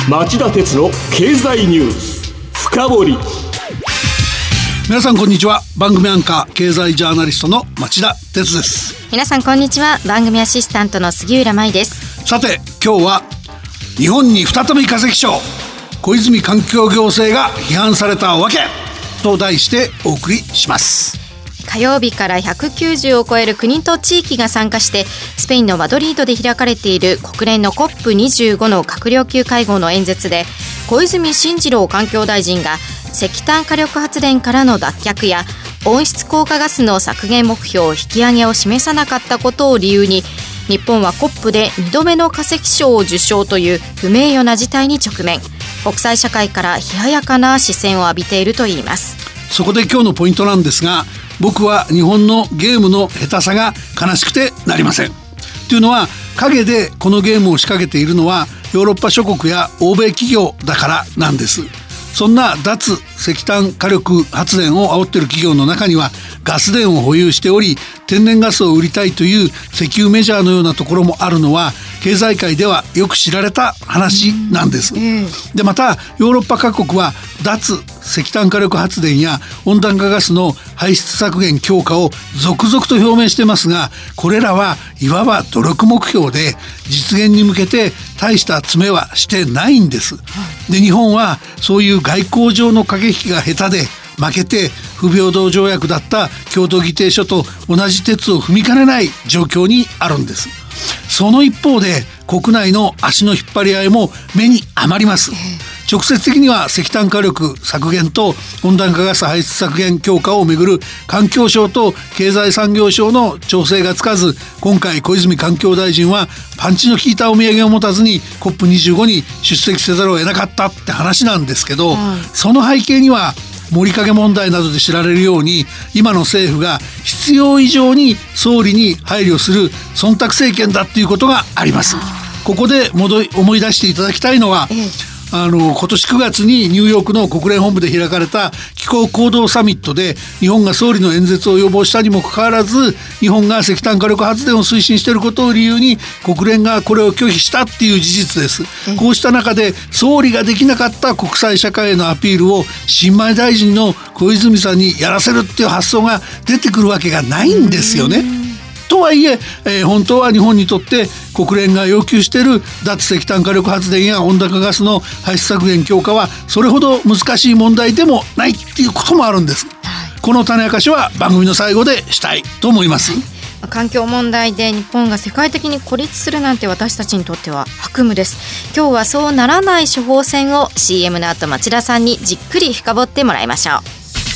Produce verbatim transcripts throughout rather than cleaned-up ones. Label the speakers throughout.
Speaker 1: 町田鉄の経済ニュース深掘り。
Speaker 2: 皆さんこんにちは。番組アンカー経済ジャーナリストの町田鉄です。
Speaker 3: 皆さんこんにちは。番組アシスタントの杉浦舞です。
Speaker 2: さて今日は日本に再び化石賞、小泉環境行政が批判されたわけと題してお送りします。
Speaker 3: 火曜日からひゃくきゅうじゅうを超える国と地域が参加してスペインのマドリードで開かれている国連の コップにじゅうご の閣僚級会合の演説で、小泉進次郎環境大臣が石炭火力発電からの脱却や温室効果ガスの削減目標引き上げを示さなかったことを理由に、日本は コップ でにどめの化石賞を受賞という不名誉な事態に直面。国際社会から冷ややかな視線を浴びているといいます。
Speaker 2: そこで今日のポイントなんですが、僕は日本のゲームの下手さが悲しくてなりません。というのは、陰でこのゲームを仕掛けているのはヨーロッパ諸国や欧米企業だからなんです。そんな脱石炭火力発電を煽っている企業の中には、ガス田を保有しており天然ガスを売りたいという石油メジャーのようなところもあるのは経済界ではよく知られた話なんです。でまたヨーロッパ各国は脱石炭火力発電や温暖化ガスの排出削減強化を続々と表明してますが、これらはいわば努力目標で実現に向けて大した詰めはしてないんです。で日本はそういう外交上の駆け引きが下手で負けて不平等条約だった京都議定書と同じ鉄を踏みかねない状況にあるんです。その一方で国内の足の引っ張り合いも目に余ります。直接的には石炭火力削減と温暖化ガス排出削減強化をめぐる環境省と経済産業省の調整がつかず、今回小泉環境大臣はパンチの効いたお土産を持たずに コップにじゅうご に出席せざるを得なかったって話なんですけど、うん、その背景には森影問題などで知られるように、今の政府が必要以上に総理に配慮する忖度政権だっていうことがあります。ここで戻り思い出していただきたいのは、ええあの今年くがつにニューヨークの国連本部で開かれた気候行動サミットで、日本が総理の演説を要望したにもかかわらず、日本が石炭火力発電を推進していることを理由に国連がこれを拒否したっていう事実です。こうした中で総理ができなかった国際社会へのアピールを新米大臣の小泉さんにやらせるっていう発想が出てくるわけがないんですよね。とはいええー、本当は日本にとって国連が要求している脱石炭火力発電や温暖化ガスの排出削減強化はそれほど難しい問題でもないっていうこともあるんです。この種明かしは番組の最後でしたいと思います。
Speaker 3: 環境問題で日本が世界的に孤立するなんて私たちにとっては悪夢です。今日はそうならない処方箋を シーエム の後町田さんにじっくり深掘ってもらいましょう。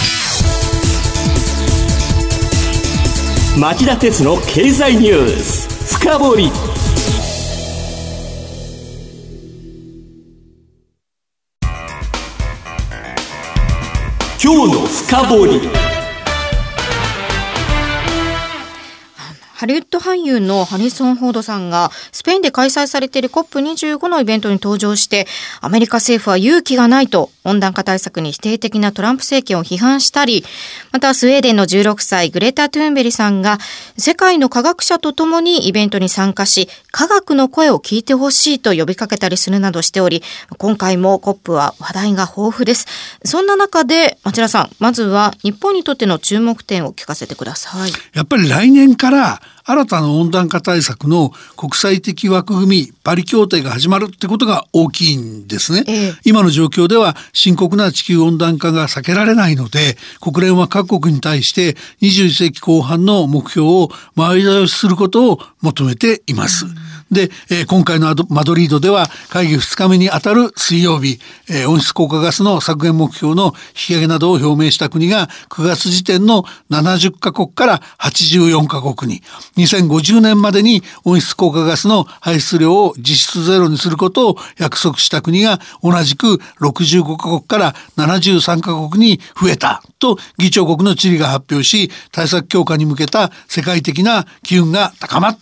Speaker 1: 町田鉄の経済ニュース深掘り。今日の深掘り。
Speaker 3: ハリウッド俳優のハリソン・フォードさんがスペインで開催されている コップにじゅうご のイベントに登場して、アメリカ政府は勇気がないと温暖化対策に否定的なトランプ政権を批判したり、またスウェーデンのじゅうろくさいグレタ・トゥーンベリさんが世界の科学者とともにイベントに参加し、科学の声を聞いてほしいと呼びかけたりするなどしており、今回も コップ は話題が豊富です。そんな中で町田さん、まずは日本にとっての注目点を聞かせてください。
Speaker 2: やっぱり来年から新たな温暖化対策の国際的枠組みパリ協定が始まるってことが大きいんですね、ええ、今の状況では深刻な地球温暖化が避けられないので、国連は各国に対してにじゅういっせいきこう半の目標を前倒しすることを求めています、うんで、えー、今回のマドリードでは会議ふつかめにあたる水曜日、えー、温室効果ガスの削減目標の引き上げなどを表明した国がくがつ時点のななじゅっかこくからはちじゅうよんかこくに、にせんごじゅうねんまでに温室効果ガスの排出量を実質ゼロにすることを約束した国が同じくろくじゅうごかこくからななじゅうさんかこくに増えたと議長国のチリが発表し、対策強化に向けた世界的な機運が高まってるって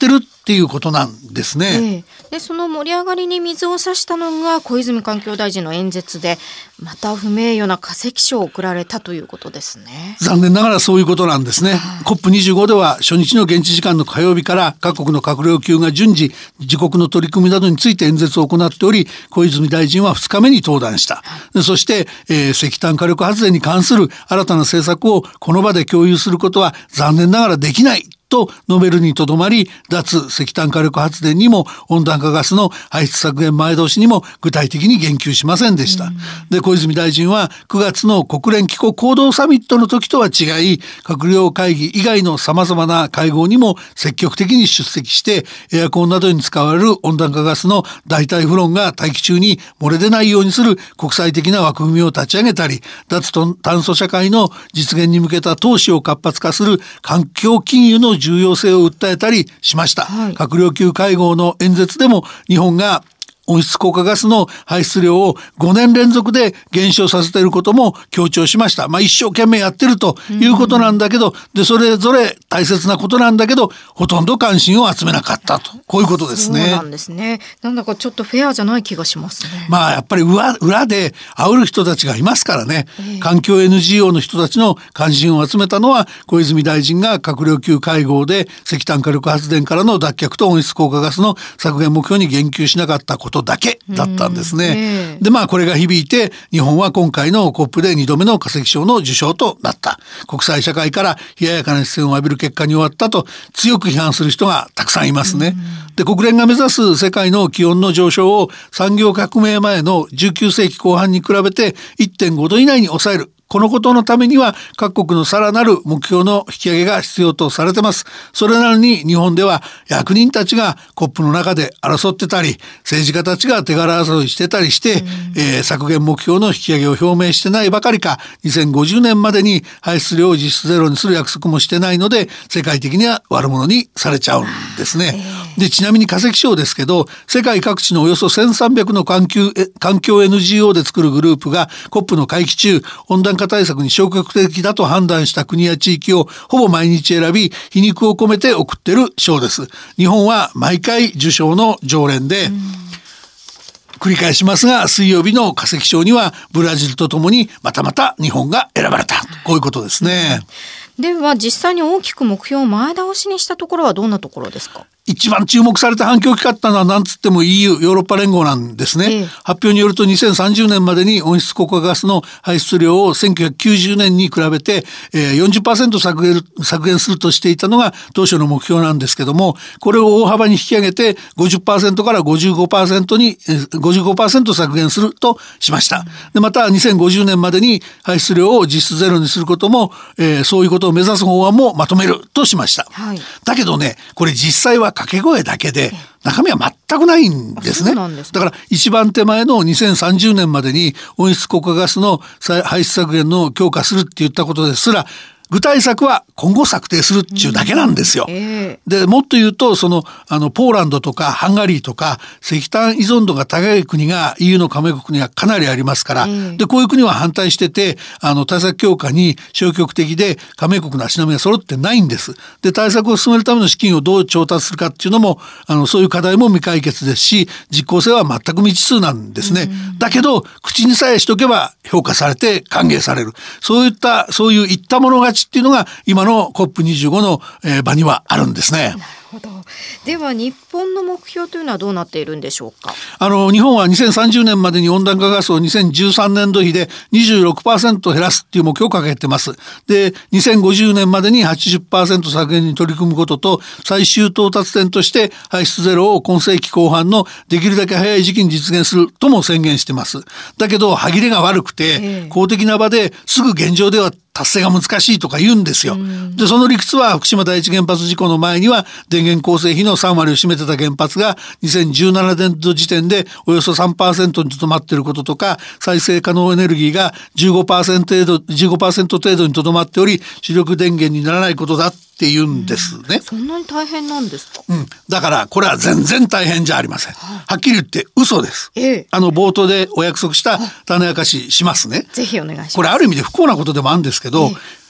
Speaker 2: っていうことなんですね。
Speaker 3: ええ、でその盛り上がりに水を差したのが小泉環境大臣の演説で、また不名誉な化石賞を贈られたということですね。
Speaker 2: 残念ながらそういうことなんですね。 コップにじゅうご では初日の現地時間の火曜日から各国の閣僚級が順次自国の取り組みなどについて演説を行っており、小泉大臣はふつかめに登壇した。でそして、えー、石炭火力発電に関する新たな政策をこの場で共有することは残念ながらできないと述べるにとどまり、脱石炭火力発電にも温暖化ガスの排出削減前倒しにも具体的に言及しませんでした。で小泉大臣はくがつの国連気候行動サミットの時とは違い、閣僚会議以外のさまざまな会合にも積極的に出席して、エアコンなどに使われる温暖化ガスの代替フロンが大気中に漏れ出ないようにする国際的な枠組みを立ち上げたり、脱炭素社会の実現に向けた投資を活発化する環境金融の重要性を訴えたりしました。はい、閣僚級会合の演説でも日本が温室効果ガスの排出量をごねん連続で減少させていることも強調しました。まあ一生懸命やってるということなんだけど、でそれぞれ大切なことなんだけど、ほとんど関心を集めなかったと、こういうことですね。
Speaker 3: そうなんですね。なんだかちょっとフェアじゃない気がしますね。
Speaker 2: まあやっぱり 裏, 裏で煽る人たちがいますからね、えー、環境 エヌジーオー の人たちの関心を集めたのは、小泉大臣が閣僚級会合で石炭火力発電からの脱却と温室効果ガスの削減目標に言及しなかったことだけだったんですね。でまあこれが響いて、日本は今回の コップ でにどめの化石賞の受賞となった。国際社会から冷ややかな視線を浴びる結果に終わったと強く批判する人がたくさんいますね。で国連が目指す世界の気温の上昇を産業革命前のじゅうきゅうせいきこう半に比べて いってんご 度以内に抑える。このことのためには各国のさらなる目標の引き上げが必要とされてます。それなのに日本では役人たちが コップ の中で争ってたり、政治家たちが手柄争いしてたりして、えー、削減目標の引き上げを表明してないばかりか、にせんごじゅうねんまでに排出量を実質ゼロにする約束もしてないので、世界的には悪者にされちゃうんですね。でちなみに化石賞ですけど、世界各地のおよそせんさんびゃくの環境、環境 エヌジーオー で作るグループが コップ の会期中、温暖化対策に消極的だと判断した国や地域をほぼ毎日選び、皮肉を込めて贈ってる賞です。日本は毎回受賞の常連で、繰り返しますが、水曜日の化石賞にはブラジルとともにまたまた日本が選ばれた、こういうことですね。
Speaker 3: では実際に大きく目標を前倒しにしたところはどんなところですか？
Speaker 2: 一番注目された反響を大きかったのは何つっても イーユー ヨーロッパ連合なんですね。ええ、発表によるとにせんさんじゅうねんまでに温室効果ガスの排出量をせんきゅうひゃくきゅうじゅうねんに比べて よんじゅっパーセント 削減、削減するとしていたのが当初の目標なんですけども、これを大幅に引き上げて ごじゅっパーセント から ごじゅうごパーセント に ごじゅうごパーセント 削減するとしました。でまたにせんごじゅうねんまでに排出量を実質ゼロにすることも、えー、そういうことを目指す法案もまとめるとしました。はい、だけどね、これ実際は掛け声だけで中身は全くないんですね。だから一番手前のにせんさんじゅうねんまでに温室効果ガスの排出削減の強化するって言ったことですら、具体策は今後策定するっていうだけなんですよ。うんえー、でもっと言うと、そのあのポーランドとかハンガリーとか石炭依存度が高い国が イーユー の加盟国にはかなりありますから、えー、でこういう国は反対してて、あの対策強化に消極的で加盟国の足並みが揃ってないんです。で対策を進めるための資金をどう調達するかっていうのも、あのそういう課題も未解決ですし、実効性は全く未知数なんですね。うん、だけど口にさえしとけば評価されて歓迎される、そういったそういう言ったもの勝ちっていうのが今の コップにじゅうご の場にはあるんですね。
Speaker 3: なるほど。では日本の目標というのはどうなっているんでしょうか？
Speaker 2: あの日本はにせんさんじゅうねんまでに温暖化ガスをにせんじゅうさんねんど比で にじゅうろくパーセント 減らすっていう目標を掲げてます。でにせんごじゅうねんまでに はちじゅっパーセント 削減に取り組むことと、最終到達点として排出ゼロを今世紀後半のできるだけ早い時期に実現するとも宣言してます。だけど歯切れが悪くて、公的な場ですぐ現状では達成が難しいとか言うんですよ。でその理屈は、福島第一原発事故の前には電源構成費のさんわりを占めてた原発がにせんじゅうななねんど時点でおよそ さんパーセント にとどまっていることとか、再生可能エネルギーが じゅうごパーセント 程度、じゅうごパーセント 程度にとどまっており、主力電源にならないことだって言うんですね。うん、
Speaker 3: そんなに大変なんですか？
Speaker 2: うん、だからこれは全然大変じゃありません。はっきり言って嘘です。ええ、あの冒頭でお約束した種明かししますね。
Speaker 3: ぜひお願いします。
Speaker 2: これある意味で不幸なことでもあるんですけど、ええ、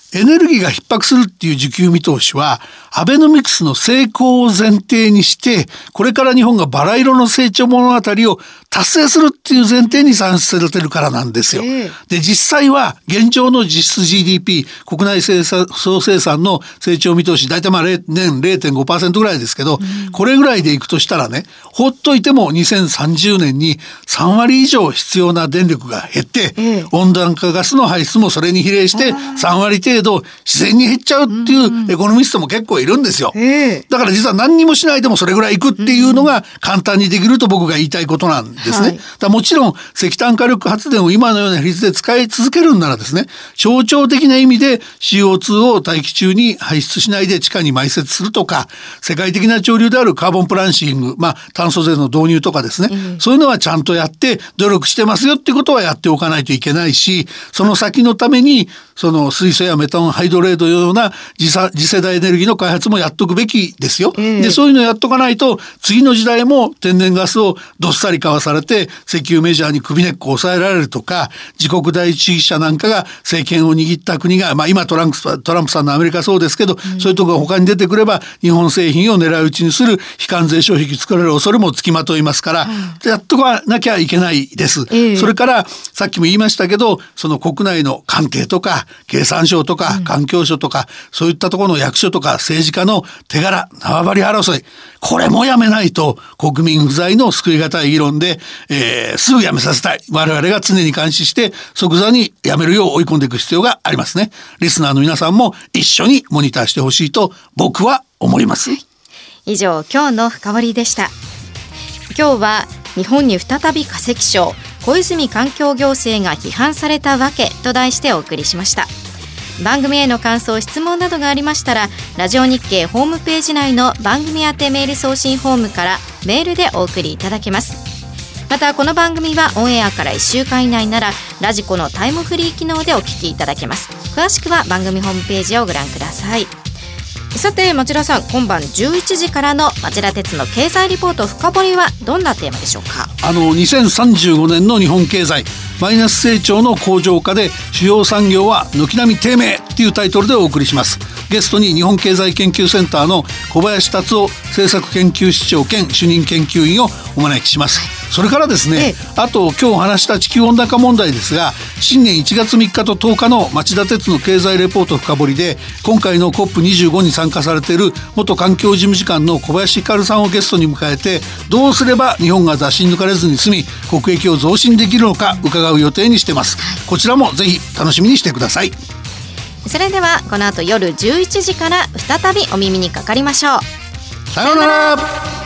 Speaker 2: エネルギーが逼迫するっていう需給見通しはアベノミクスの成功を前提にしてこれから日本がバラ色の成長物語を達成するっていう前提に算出されてるからなんですよ。
Speaker 3: えー、
Speaker 2: で実際は現状の実質 ジーディーピー 国内生産総生産の成長見通し大体まあ年 れいてんごパーセント ぐらいですけど、うん、これぐらいでいくとしたらねほっといてもにせんさんじゅうねんにさんわり以上必要な電力が減って、えー、温暖化ガスの排出もそれに比例してさんわり程度自然に減っちゃうっていうエコノミストも結構いるんですよ。
Speaker 3: えー、
Speaker 2: だから実は何にもしないでもそれぐらいいくっていうのが簡単にできると僕が言いたいことなんですね。はい、だもちろん石炭火力発電を今のような比率で使い続けるんならですね象徴的な意味で シーオーツー を大気中に排出しないで地下に埋設するとか世界的な潮流であるカーボンプランシング、まあ、炭素税の導入とかですね、うん、そういうのはちゃんとやって努力してますよっていうことはやっておかないといけないしその先のためにその水素やメタンハイドレートのような 次, 次世代エネルギーの開発もやっとくべきですよ。えー、でそういうのやっとかないと次の時代も天然ガスをどっさり買わされて石油メジャーに首根っこを抑えられるとか自国第一主義者なんかが政権を握った国が、まあ、今トランプ、トランプさんのアメリカそうですけど、うん、そういうところが他に出てくれば日本製品を狙い撃ちにする非関税障壁作られる恐れもつきまといますから、うん、やっとかなきゃいけないです。えー、それからさっきも言いましたけどその国内の官邸とか経産省とか環境省とか、うん、そういったところの役所とか政治家の手柄縄張り争いこれもやめないと国民不在の救い難い議論で、えー、すぐやめさせたい我々が常に監視して即座にやめるよう追い込んでいく必要がありますね。リスナーの皆さんも一緒にモニターしてほしいと僕は思います。
Speaker 3: 以上今日の深掘りでした。今日は日本に再び化石賞小泉環境行政が批判されたわけと題してお送りしました。番組への感想質問などがありましたらラジオ日経ホームページ内の番組宛てメール送信フォームからメールでお送りいただけます。またこの番組はオンエアからいっしゅうかん以内ならラジコのタイムフリー機能でお聞きいただけます。詳しくは番組ホームページをご覧ください。さて町田さん今晩じゅういちじからの町田鉄の経済リポート深掘りはどんなテーマでしょうか。
Speaker 2: あのにせんさんじゅうごねんの日本経済マイナス成長の好状化で主要産業は軒並み低迷というタイトルでお送りします。ゲストに日本経済研究センターの小林達夫政策研究室長兼主任研究員をお招きします。それからですね、ええ、あと今日話した地球温暖化問題ですが新年いちがつみっかととおかの町田鉄の経済レポート深掘りで今回の コップにじゅうご に参加されている元環境事務次官の小林光さんをゲストに迎えてどうすれば日本が雑誌に抜かれずに済み国益を増進できるのか伺う予定にしてます。こちらもぜひ楽しみにしてください。
Speaker 3: それではこの後夜じゅういちじから再びお耳にかかりましょう。
Speaker 2: さようなら。